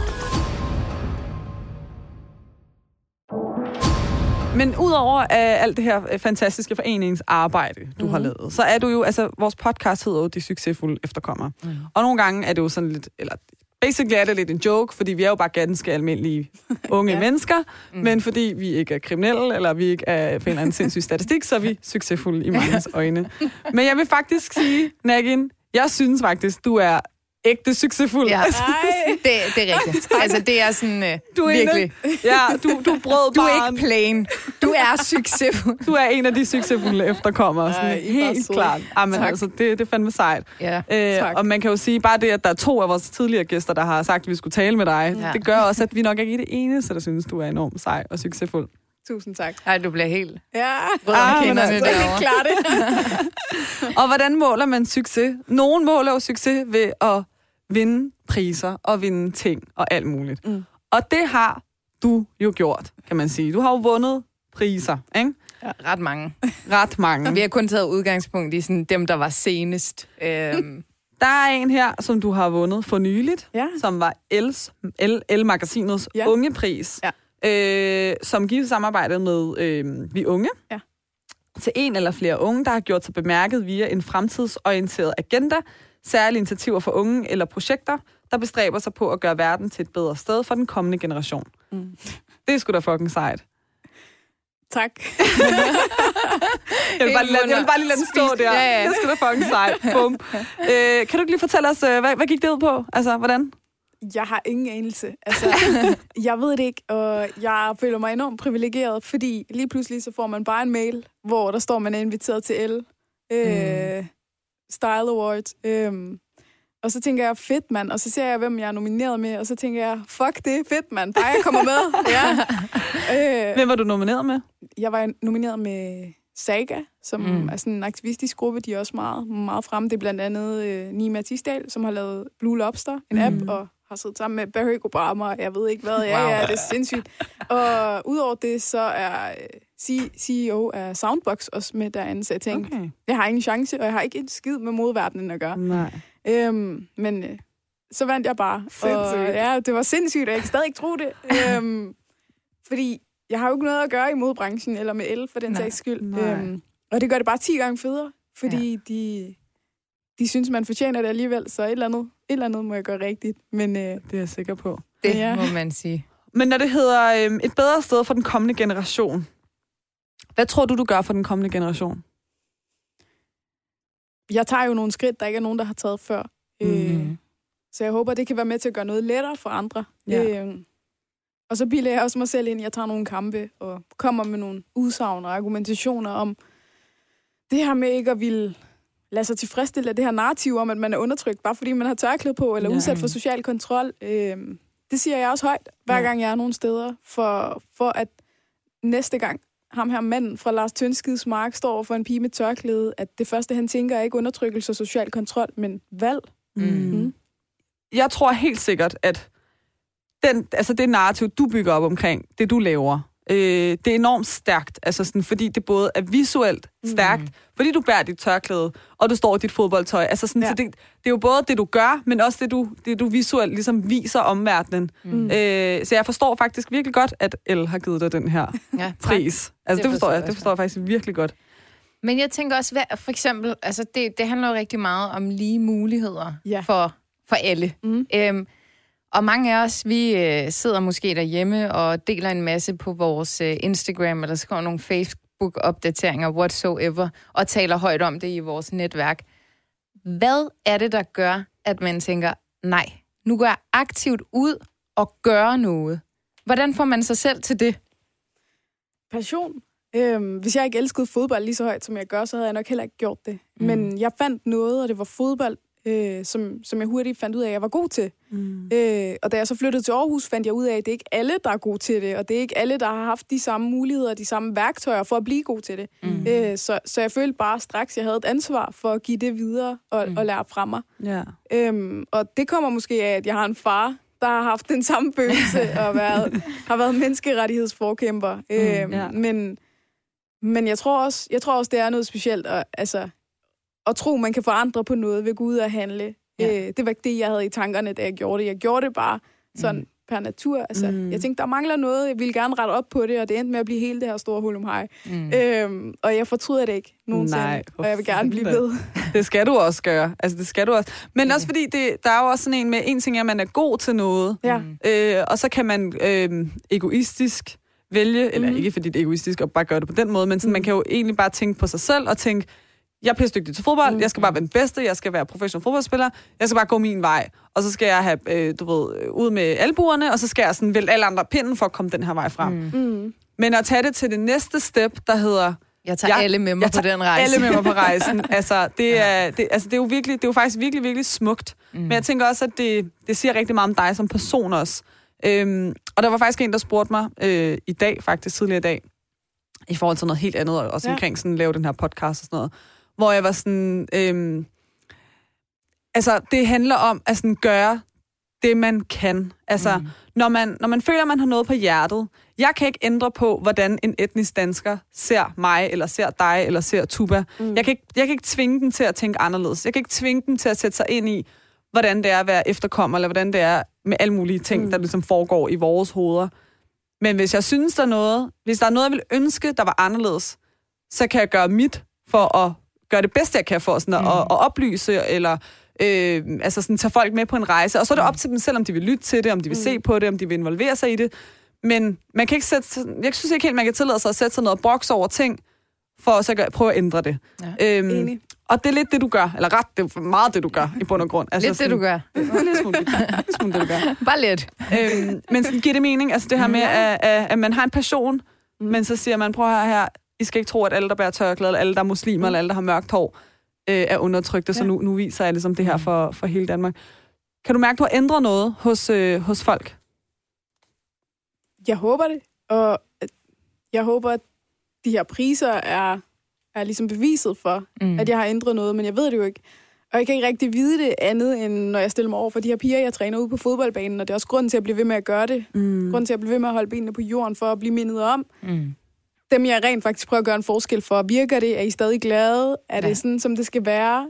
Men udover alt det her fantastiske foreningsarbejde, du har lavet, så er du jo, altså vores podcast hedder jo De Succesfulde Efterkommere. Og nogle gange er det jo sådan lidt, eller basically er det lidt en joke, fordi vi er jo bare ganske almindelige unge mennesker, men fordi vi ikke er kriminelle, eller vi ikke er på en eller anden sindssyg statistik, så er vi succesfulde i manges øjne. Men jeg vil faktisk sige, Nagin, jeg synes faktisk, du er ægte succesfuld. Ja. Det er rigtigt. Altså, det er sådan du er virkelig... Du brød du er ikke plain. Du er succesfuld. Du er en af de succesfulde efterkommere. Sådan, helt klart. Jamen, altså, det er fandme sejt. Ja, og man kan jo sige, bare det, at der er 2 af vores tidligere gæster, der har sagt, at vi skulle tale med dig, det gør også, at vi nok ikke er det eneste, der synes, du er enormt sej og succesfuld. Tusind tak. Ej, du bliver helt rød om kinderne derovre. Jeg kan klare det. Og hvordan måler man succes? Nogen måler jo succes ved at vinde priser og vinde ting og alt muligt. Og det har du jo gjort, kan man sige. Du har jo vundet priser, ikke? Ja. Ret mange. Vi har kun taget udgangspunkt i sådan dem, der var senest. Der er en her, som du har vundet for nyligt, som var Elle-magasinets ungepris. Som giver samarbejdet med Vi Unge til en eller flere unge, der har gjort sig bemærket via en fremtidsorienteret agenda, særlige initiativer for unge eller projekter, der bestræber sig på at gøre verden til et bedre sted for den kommende generation. Det er sgu da fucking sejt. Tak. Jeg vil bare lige lade den stå der. Det er sgu da fucking sejt. Bum. Kan du ikke lige fortælle os, hvad gik det ud på? Altså, hvordan? Jeg har ingen anelse. Altså, jeg ved det ikke, og jeg føler mig enormt privilegeret, fordi lige pludselig så får man bare en mail, hvor der står, man er inviteret til Elle Style Awards. Og så tænker jeg, fedt mand, og så ser jeg, hvem jeg er nomineret med, og så tænker jeg, fuck det, fedt mand, bare jeg kommer med. Hvem var du nomineret med? Jeg var nomineret med Saga, som er sådan en aktivistisk gruppe, de er også meget fremme. Det er blandt andet Nima Tisdal, som har lavet Blue Lobster, en app, og har siddet sammen med Barack Obama, jeg ved ikke hvad. Ja, det er sindssygt. Og udover det, så er CEO af Soundbox også med derinde, så jeg tænkte, jeg har ingen chance, og jeg har ikke en skid med modverdenen at gøre. Nej. Men så vandt jeg bare. Og det var sindssygt, og jeg kan stadig ikke tro det. Fordi jeg har jo ikke noget at gøre i modbranchen, eller med Elle for den sags skyld. Og det gør det bare 10 gange federe, fordi de synes, man fortjener det alligevel, så et eller andet må jeg gøre rigtigt. Men, det er jeg sikker på. Det må man sige. Men når det hedder et bedre sted for den kommende generation, hvad tror du gør for den kommende generation? Jeg tager jo nogle skridt, der ikke er nogen, der har taget før. Så jeg håber, det kan være med til at gøre noget lettere for andre. Og så bilder jeg også mig selv ind, jeg tager nogle kampe og kommer med nogle udsagn og argumentationer om det her med ikke at ville lade sig tilfredsstille af det her narrativ om, at man er undertrykt, bare fordi man har tørklæde på, eller udsat for social kontrol. Det siger jeg også højt, hver gang jeg er nogle steder, for at næste gang ham her manden fra Lars Tønskids Mark står over for en pige med tørklæde, at det første, han tænker, er ikke undertrykkelse og social kontrol, men valg. Jeg tror helt sikkert, at det narrativ, du bygger op omkring, det du laver, det er enormt stærkt, altså sådan, fordi det både er visuelt stærkt, fordi du bærer dit tørklæde, og du står i dit fodboldtøj. Altså sådan, så det er jo både det, du gør, men også det, du visuelt ligesom viser omverdenen. Så jeg forstår faktisk virkelig godt, at Elle har givet dig den her pris. Altså, det forstår jeg faktisk virkelig godt. Men jeg tænker også, for eksempel, altså det handler jo rigtig meget om lige muligheder for alle. Og mange af os, vi sidder måske derhjemme og deler en masse på vores Instagram, eller skriver nogle Facebook-opdateringer, whatsoever, og taler højt om det i vores netværk. Hvad er det, der gør, at man tænker, nej, nu går jeg aktivt ud og gør noget? Hvordan får man sig selv til det? Passion. Hvis jeg ikke elskede fodbold lige så højt, som jeg gør, så havde jeg nok heller ikke gjort det. Men jeg fandt noget, og det var fodbold, som jeg hurtigt fandt ud af, at jeg var god til. Og da jeg så flyttede til Aarhus, fandt jeg ud af, at det er ikke alle, der er gode til det, og det er ikke alle, der har haft de samme muligheder, de samme værktøjer for at blive god til det. Så jeg følte bare straks, jeg havde et ansvar for at give det videre og lære fra mig. Og det kommer måske af, at jeg har en far, der har haft den samme følelse og har været menneskerettighedsforkæmper. Men jeg tror også, det er noget specielt at tro, man kan forandre på noget ved at gå ud og handle. Det var ikke det, jeg havde i tankerne, da jeg gjorde det. Jeg gjorde det bare sådan per natur. Jeg tænkte, der mangler noget. Jeg ville gerne rette op på det, og det endte med at blive hele det her store hulumhej. Og jeg fortryder det ikke nogensinde, og jeg vil gerne blive ved. Det skal du også gøre. Altså, det skal du også. Men også fordi, der er jo også sådan en ting, at man er god til noget. Og så kan man egoistisk vælge, eller ikke fordi det er egoistisk at bare gøre det på den måde, men sådan, man kan jo egentlig bare tænke på sig selv og tænke, jeg er pissedygtig til fodbold, jeg skal bare være den bedste, jeg skal være professionel fodboldspiller, jeg skal bare gå min vej, og så skal jeg have, ud med albuerne, og så skal jeg sådan vælge alle andre pinden for at komme den her vej frem. Men at tage det til det næste step, der hedder... Jeg tager alle med mig på den rejse. Alle med mig på rejsen. Altså, det er jo virkelig, det er jo faktisk virkelig, virkelig smukt. Men jeg tænker også, at det siger rigtig meget om dig som person også. Og der var faktisk en, der spurgte mig i dag, faktisk tidligere i dag, i forhold til noget helt andet, og også omkring sådan lave den her podcast og sådan noget, hvor jeg var sådan... altså, det handler om at sådan gøre det, man kan. Altså, når man føler, at man har noget på hjertet. Jeg kan ikke ændre på, hvordan en etnisk dansker ser mig, eller ser dig, eller ser Tuba. Jeg kan ikke tvinge dem til at tænke anderledes. Jeg kan ikke tvinge dem til at sætte sig ind i, hvordan det er at være efterkommer, eller hvordan det er med alle mulige ting, der ligesom foregår i vores hoveder. Men hvis jeg synes, hvis der er noget, jeg vil ønske, der var anderledes, så kan jeg gøre mit for at gøre det bedste, jeg kan for sådan at oplyse, eller altså sådan, tage folk med på en rejse. Og så er det op til dem selv, om de vil lytte til det, om de vil se på det, om de vil involvere sig i det. Men man kan ikke jeg synes ikke helt, man kan tillade sig at sætte sig noget og brokse over ting, for at så prøve at ændre det. Ja. Og det er lidt det, du gør. Eller ret, det er meget det, du gør, i bund og grund. Altså, lidt sådan, det, du gør. Lidt smule det, du gør. Bare lidt. Men sådan giver det mening, altså det her med, at man har en passion, men så siger man, prøv her, I skal ikke tro, at alle, der bærer tørklæde, eller alle, der er muslimer, eller alle, der har mørkt hår, er undertrykte, så nu viser jeg ligesom det her for hele Danmark. Kan du mærke, at du har ændret noget hos folk? Jeg håber det, og jeg håber, at de her priser er ligesom beviset for, at jeg har ændret noget, men jeg ved det jo ikke. Og jeg kan ikke rigtig vide det andet, end når jeg stiller mig over for de her piger, jeg træner ude på fodboldbanen, og det er også grunden til at blive ved med at gøre det. Grunden til at blive ved med at holde benene på jorden, for at blive mindet om. Dem, jeg rent faktisk prøver at gøre en forskel for. Virker det? Er I stadig glade? Er det sådan, som det skal være?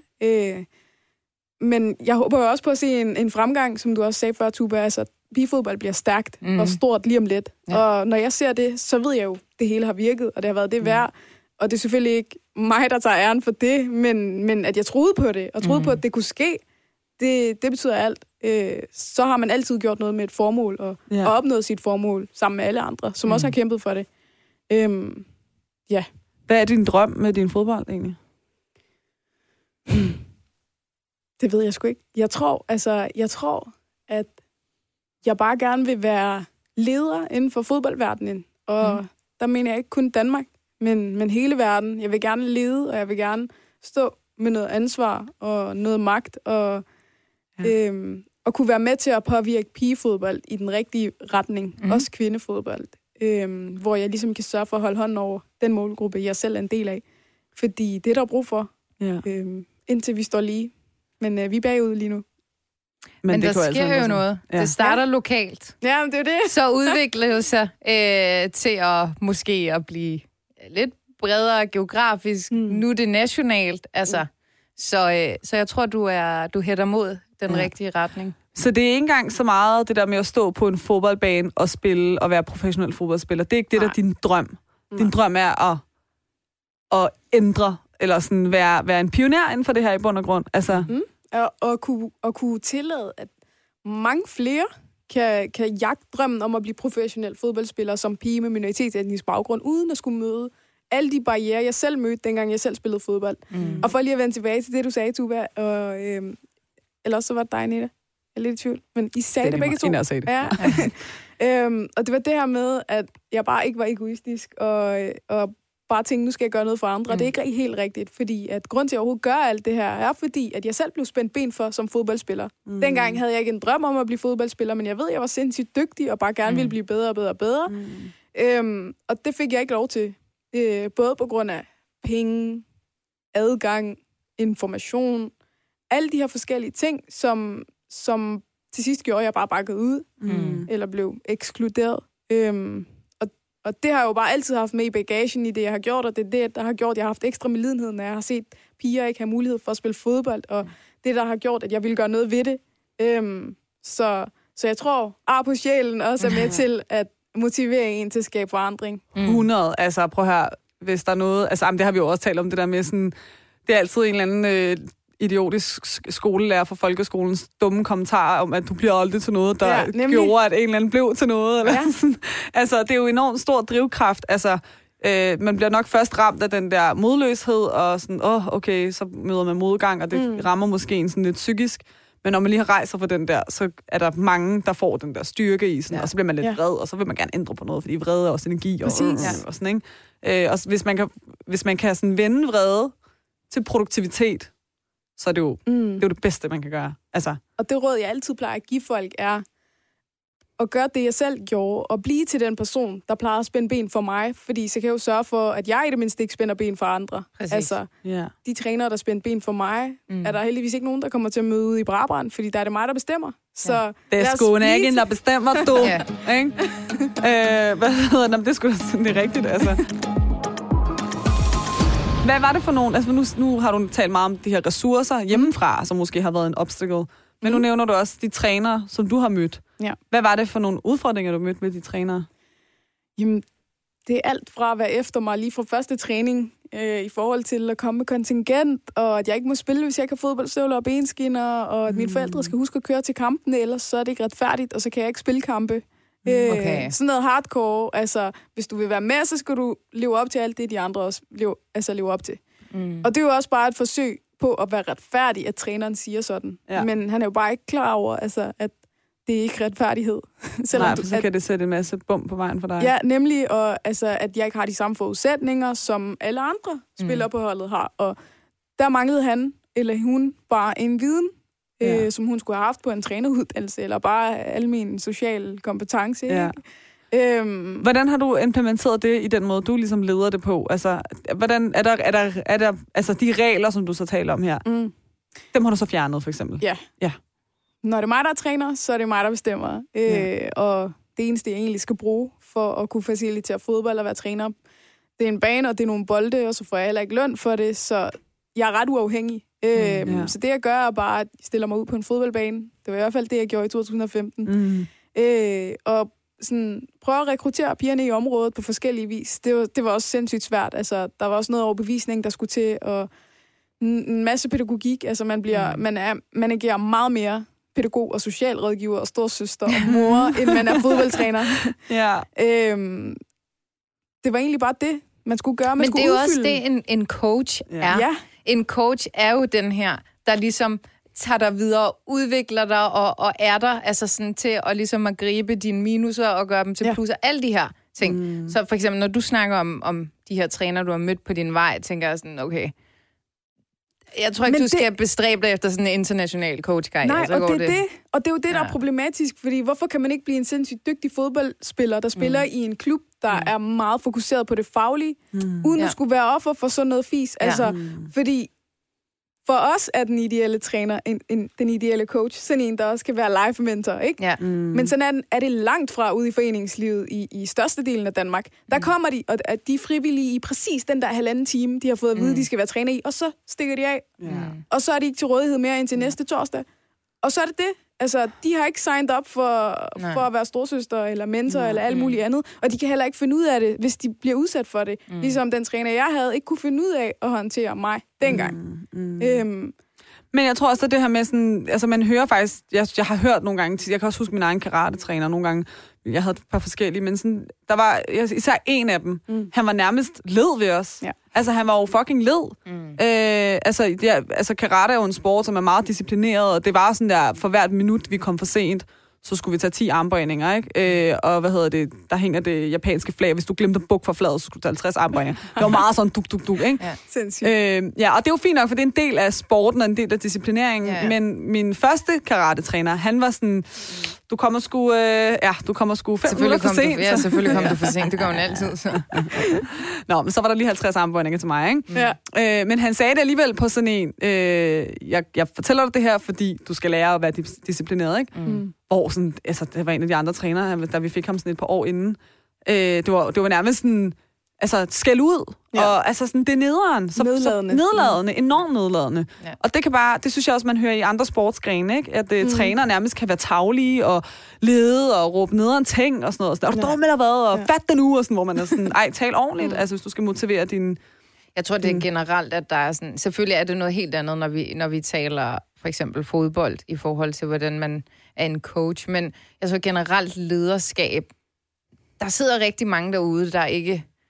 Men jeg håber jo også på at se en fremgang, som du også sagde før, Tuba. Altså, pigefodbold bliver stærkt og stort lige om lidt. Ja. Og når jeg ser det, så ved jeg jo, at det hele har virket, og det har været det værd. Og det er selvfølgelig ikke mig, der tager æren for det, men at jeg troede på det, og troede på, at det kunne ske, det betyder alt. Så har man altid gjort noget med et formål, og opnået sit formål sammen med alle andre, som også har kæmpet for det. Hvad er din drøm med din fodbold egentlig? Det ved jeg sgu ikke. Jeg tror, at jeg bare gerne vil være leder inden for fodboldverdenen. Og der mener jeg ikke kun Danmark, men hele verden. Jeg vil gerne lede, og jeg vil gerne stå med noget ansvar og noget magt, og kunne være med til at påvirke pigefodbold i den rigtige retning. Også kvindefodbold. Hvor jeg ligesom kan sørge for at holde hånden over den målgruppe, jeg selv er en del af. Fordi det er der brug for, indtil vi står lige. Men vi er bagud lige nu. Men der sker jo noget. Ja. Det starter lokalt. Ja, men det er det. Så udvikler det sig til at måske at blive lidt bredere geografisk. Nu er det nationalt. Altså, så jeg tror, du hætter mod den rigtige retning. Så det er ikke engang så meget det der med at stå på en fodboldbane og spille og være professionel fodboldspiller. Det er ikke det, der er din drøm. Din drøm er at ændre, eller sådan være en pioner inden for det her i bund og grund. Altså. Og kunne tillade, at mange flere kan jagte drømmen om at blive professionel fodboldspiller som pige med minoritetsetnisk baggrund, uden at skulle møde alle de barrierer, jeg selv mødte, dengang jeg selv spillede fodbold. Og for lige at vende tilbage til det, du sagde, Tuba, og eller også så var det dig, Nita. Jeg er lidt i tvivl, men I sagde det begge to. Jeg sagde det. Ja. Og det var det her med, at jeg bare ikke var egoistisk, og bare tænkte, nu skal jeg gøre noget for andre. Det er ikke helt rigtigt, fordi at grund til at overhovedet gøre alt det her, er fordi, at jeg selv blev spændt ben for som fodboldspiller. Dengang havde jeg ikke en drøm om at blive fodboldspiller, men jeg ved, at jeg var sindssygt dygtig, og bare gerne ville blive bedre og bedre og bedre. Og det fik jeg ikke lov til. Både på grund af penge, adgang, information, alle de her forskellige ting, som til sidst gjorde, at jeg bare bakkede ud, eller blev ekskluderet. Og det har jeg jo bare altid haft med i bagagen i det, jeg har gjort, og det er det, der har gjort, at jeg har haft ekstra medlidenhed, når jeg har set piger ikke have mulighed for at spille fodbold, og det, der har gjort, at jeg ville gøre noget ved det. Så jeg tror, på sjælen også er med til at motivere en til at skabe forandring. 100, altså prøv her, hvis der er noget, altså det har vi jo også talt om, det der med sådan, det er altid en eller anden idiotisk skolelærer fra folkeskolens dumme kommentarer om, at du bliver aldrig til noget, der gjorde, at en eller anden blev til noget. Eller sådan. Altså, det er jo enormt stor drivkraft. Altså, Man bliver nok først ramt af den der modløshed, og sådan, okay, så møder man modgang, og det rammer måske en sådan lidt psykisk. Men når man lige har rejser for den der, så er der mange, der får den der styrke i, sådan, og så bliver man lidt vred, og så vil man gerne ændre på noget, fordi vrede er også energi, og sådan, ikke? Og hvis man kan sådan vende vrede til produktivitet, så er det jo, det er jo det bedste, man kan gøre. Altså. Og det råd, jeg altid plejer at give folk, er at gøre det, jeg selv gjorde, og blive til den person, der plejer at spænde ben for mig, fordi så kan jeg jo sørge for, at jeg i det mindste ikke spænder ben for andre. Præcis. Altså, de trænere, der spænder ben for mig, er der heldigvis ikke nogen, der kommer til at møde ude i Brabrand, fordi der er det mig, der bestemmer. Så det er sgu ikke, der bestemmer, du. Ikke? Hvad hedder det? Det er sgu det er rigtigt, altså. Hvad var det for nogen? Altså, nu har du talt meget om de her ressourcer hjemmefra, som måske har været en obstacle. Men nu nævner du også de trænere, som du har mødt. Ja. Hvad var det for nogle udfordringer, du mødte med de trænere? Jamen, det er alt fra at være efter mig lige fra første træning, i forhold til at komme med kontingent, og at jeg ikke må spille, hvis jeg ikke har fodboldstøvler og benskinner, og at mine forældre skal huske at køre til kampene, ellers så er det ikke retfærdigt, og så kan jeg ikke spille kampe. Okay. Sådan noget hardcore. Altså, hvis du vil være med, så skal du leve op til alt det, de andre også lever op til. Og det er jo også bare et forsøg på at være retfærdig, at træneren siger sådan. Ja. Men han er jo bare ikke klar over, altså, at det er ikke retfærdighed. Nej, for så kan det sætte en masse bum på vejen for dig. Ja, nemlig, og, altså, at jeg ikke har de samme forudsætninger, som alle andre spillere på holdet har. Og der manglede han, eller hun, bare en viden, som hun skulle have haft på en træneruddannelse, eller bare almen social kompetence. Ja. Hvordan har du implementeret det i den måde, du ligesom leder det på? Altså, hvordan er der altså de regler, som du så taler om her, dem har du så fjernet, for eksempel? Ja. Når det er mig, der er træner, så er det mig, der bestemmer. Og det eneste, jeg egentlig skal bruge for at kunne facilitere fodbold og være træner, det er en bane, og det er nogle bolde, og så får jeg heller ikke løn for det, så jeg er ret uafhængig. Så det, jeg gør, er bare, at jeg stiller mig ud på en fodboldbane. Det var i hvert fald det, jeg gjorde i 2015. Og sådan, prøve at rekruttere pigerne i området på forskellige vis. Det var også sindssygt svært. Altså, der var også noget overbevisning, der skulle til, og en masse pædagogik. Altså, man agerer meget mere pædagog og socialrådgiver og storsøster og mor, end man er fodboldtræner. Det var egentlig bare det, man skulle gøre. Men det er jo også det, en coach er. Ja. En coach er jo den her, der ligesom tager dig videre, udvikler dig og er der altså sådan til at ligesom at gribe dine minuser og gøre dem til plusser. Alle de her ting. Så for eksempel, når du snakker om de her træner, du har mødt på din vej, tænker jeg sådan, okay, jeg tror ikke, du skal bestræbe dig efter sådan en international coach-karriere. Nej, så og det er jo det, der er problematisk, fordi hvorfor kan man ikke blive en sindssygt dygtig fodboldspiller, der spiller i en klub, der er meget fokuseret på det faglige, uden at skulle være offer for sådan noget fis. Altså, fordi for os er den ideelle træner, den ideelle coach, sådan en, der også kan være life-mentor, ikke? Ja. Men sådan er det langt fra ude i foreningslivet i størstedelen af Danmark. Der kommer de, og at de er frivillige i præcis den der 1,5 time, de har fået at vide, de skal være træner i, og så stikker de af. Ja. Og så er de ikke til rådighed mere indtil næste torsdag. Og så er det det. Altså, de har ikke signet op for at være storsøster eller mentor eller alt muligt andet, og de kan heller ikke finde ud af det, hvis de bliver udsat for det. Ligesom den træner, jeg havde, ikke kunne finde ud af at håndtere mig dengang. Men jeg tror også, at det her med sådan, altså man hører faktisk, jeg har hørt nogle gange, jeg kan også huske min egen karate-træner nogle gange, jeg havde et par forskellige, men sådan, der var især en af dem, han var nærmest led ved os. Ja. Altså, han var jo fucking led. Altså, karate er jo en sport, som er meget disciplineret, og det var sådan der, for hvert minut, vi kom for sent, så skulle vi tage 10 armbøjninger, ikke? Og der hænger det japanske flag. Hvis du glemte at bukke for flaget, så skulle du tage 50 armbøjninger. Det var meget sådan duk, ikke? Ja, sindssygt. Og det er jo fint nok, for det er en del af sporten og en del af disciplineringen. Ja. Men min første karate-træner, han var sådan, du kommer sgu 5 minutter for sent. Ja, selvfølgelig kom du for sent. Det går jo altid, så. Nå, men så var der lige 50 armbøjninger til mig, ikke? Ja. Men han sagde det alligevel på sådan en, jeg fortæller dig det her, fordi du skal lære at være disciplineret, ikke? Hvor sådan, altså, det var en af de andre trænere, da vi fik ham sådan et par år inden. Det var nærmest sådan, altså, skæld ud. Ja. Og altså sådan, det er nederen. Nedladende, enormt nedladende. Ja. Og det synes jeg også, man hører i andre sportsgrene, ikke? At trænere nærmest kan være tavlige og lede og råbe nederen ting og sådan noget. Og sådan, er du dum eller hvad? Og fat det nu, og sådan, hvor man er sådan, tal ordentligt. Altså, hvis du skal motivere din... Jeg tror, det er generelt, at der er sådan... Selvfølgelig er det noget helt andet, når vi taler for eksempel fodbold, i forhold til, hvordan man er en coach. Men jeg tror generelt lederskab... Der sidder rigtig mange derude, der ikke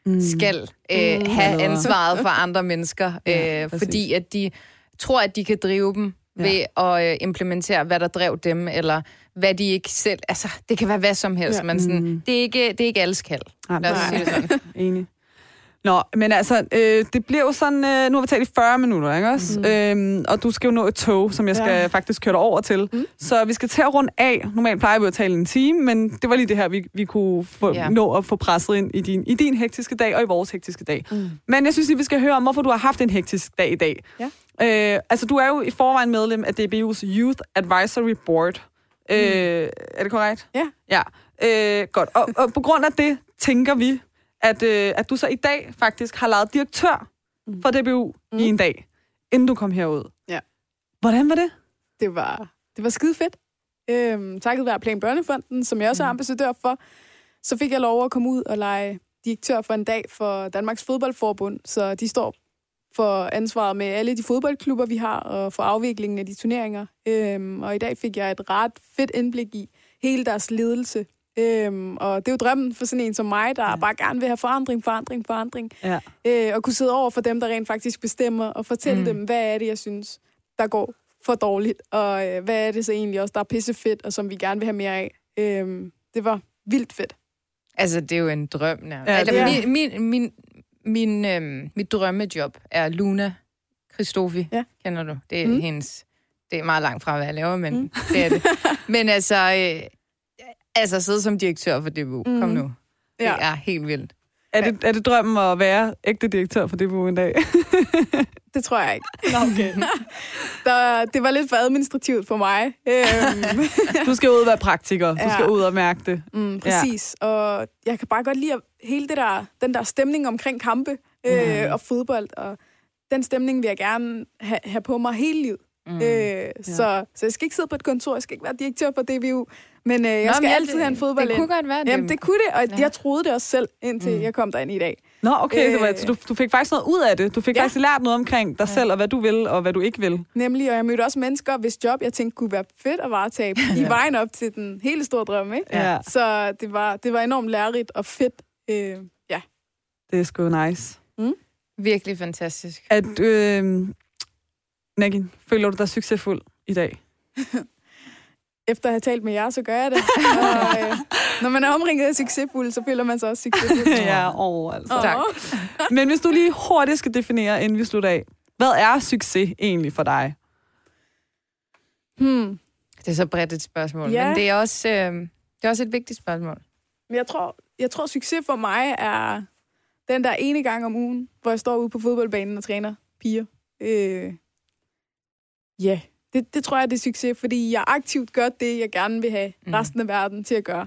skal have ansvaret for andre mennesker, fordi at de tror, at de kan drive dem ved at implementere, hvad der drev dem, eller hvad de ikke selv... Altså, det kan være hvad som helst, men sådan, det er ikke alles kald. Lad os sige det sådan. Enig. Nå, men altså, det bliver jo sådan... nu har vi talt i 40 minutter, ikke også? Og du skal jo nå et tog, som jeg skal faktisk køre dig over til. Så vi skal til at runde af. Normalt plejer vi at tale en time, men det var lige det her, vi kunne nå at få presset ind i din hektiske dag og i vores hektiske dag. Men jeg synes lige, vi skal høre om, hvorfor du har haft en hektisk dag i dag. Ja. Altså, du er jo i forvejen medlem af DBU's Youth Advisory Board. Er det korrekt? Ja. Godt. Og på grund af det, tænker vi, at du så i dag faktisk har lavet direktør for DBU i en dag, inden du kom herud. Ja. Hvordan var det? Det var skide fedt. Takket være Plan Børnefonden, som jeg også er ambassadør for, så fik jeg lov at komme ud og lege direktør for en dag for Danmarks Fodboldforbund, så de står for ansvaret med alle de fodboldklubber, vi har, og for afviklingen af de turneringer. Og i dag fik jeg et ret fedt indblik i hele deres ledelse. Og det er jo drømmen for sådan en som mig, der bare gerne vil have forandring. Og kunne sidde over for dem, der rent faktisk bestemmer, og fortælle dem, hvad er det, jeg synes, der går for dårligt, og hvad er det så egentlig også, der er pissefedt, og som vi gerne vil have mere af. Det var vildt fedt. Altså, det er jo en drøm nærmest. Mit drømmejob er Luna Christofi. Ja. Kender du? Det er hendes... Det er meget langt fra, hvad jeg laver, men det er det. Men altså sidde som direktør for DBU. Kom nu. Det er helt vildt. Er det drømmen at være ægte direktør for DBU en dag? Det tror jeg ikke. Okay. Det var lidt for administrativt for mig. Du skal ud og være praktiker. Du skal ud og mærke det. Præcis. Og jeg kan bare godt lide hele den der stemning omkring kampe og fodbold. Og den stemning vil jeg gerne have på mig hele livet. Så jeg skal ikke sidde på et kontor, jeg skal ikke være direktør for DBU, men jeg skal altid have en fodbold. Det kunne godt være det. Jamen, det kunne det, og jeg troede det også selv, indtil jeg kom derind i dag. Nå, okay, så du fik faktisk noget ud af det. Du fik faktisk lært noget omkring dig selv, og hvad du vil, og hvad du ikke vil. Nemlig, og jeg mødte også mennesker, hvis job, jeg tænkte, kunne være fedt at varetage i vejen op til den hele store drøm, ikke? Ja. Så det var enormt lærerigt og fedt. Det er sgu nice. Virkelig fantastisk. Nagin, føler du dig succesfuld i dag? Efter at have talt med jer, så gør jeg det. Og, når man er omringet af succesfuld, så føler man sig også succesfuld. Altså. Tak. Men hvis du lige hurtigt skal definere, inden vi slutter af, hvad er succes egentlig for dig? Det er så bredt et spørgsmål, men det er også et vigtigt spørgsmål. Men jeg tror, succes for mig er den der ene gang om ugen, hvor jeg står ude på fodboldbanen og træner piger. Det tror jeg, det er succes, fordi jeg aktivt gør det, jeg gerne vil have resten af verden til at gøre.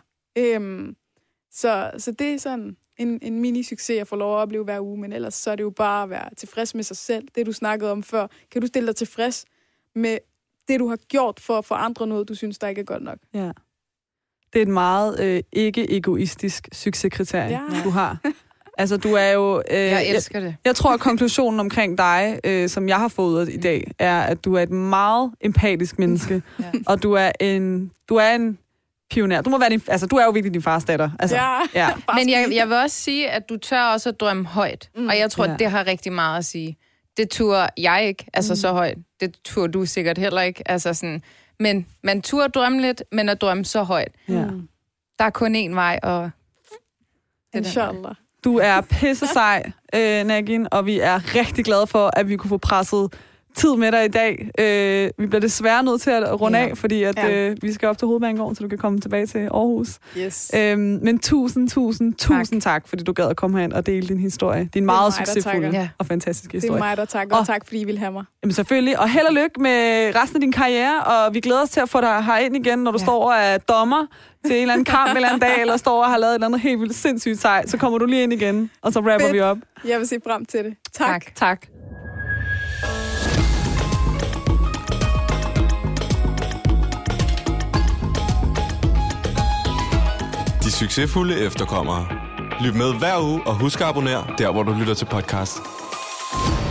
Så det er sådan en mini-succes, jeg får lov at opleve hver uge, men ellers så er det jo bare at være tilfreds med sig selv. Det, du snakkede om før, kan du stille dig tilfreds med det, du har gjort for at forandre noget, du synes, der ikke er godt nok? Ja. Det er et meget ikke-egoistisk succeskriterie, du har. Altså, du er jo... jeg elsker det. Jeg tror, at konklusionen omkring dig, som jeg har fået i dag, er, at du er et meget empatisk menneske. Og du er en pioner. Du er jo virkelig din fars datter. Altså, Men jeg vil også sige, at du tør også at drømme højt. Og jeg tror, at det har rigtig meget at sige. Det turde jeg ikke, altså så højt. Det turde du sikkert heller ikke. Altså sådan... Men man turde drømme lidt, men at drømme så højt. Der er kun én vej, og... Inshallah. Du er pisse sej, Nagin, og vi er rigtig glade for, at vi kunne få presset tid med dig i dag. Vi bliver desværre nødt til at runde af, fordi at, vi skal op til Hovedbanegården, så du kan komme tilbage til Aarhus. Yes. Men tusind tak, fordi du gad at komme herind og dele din historie. Din meget succesfulde og fantastiske historie. Det er mig, der takker, og tak, fordi I vil have mig. Jamen selvfølgelig, og held og lykke med resten af din karriere, og vi glæder os til at få dig herind igen, når du står og er dommer til en eller anden kamp en eller anden dag, eller står og har lavet et eller andet helt vildt sindssygt sejt, så kommer du lige ind igen, og så rapper vi op. Jeg vil se frem til det. Tak. De succesfulde efterkommere. Lyt med hver uge, og husk at abonnere der, hvor du lytter til podcast.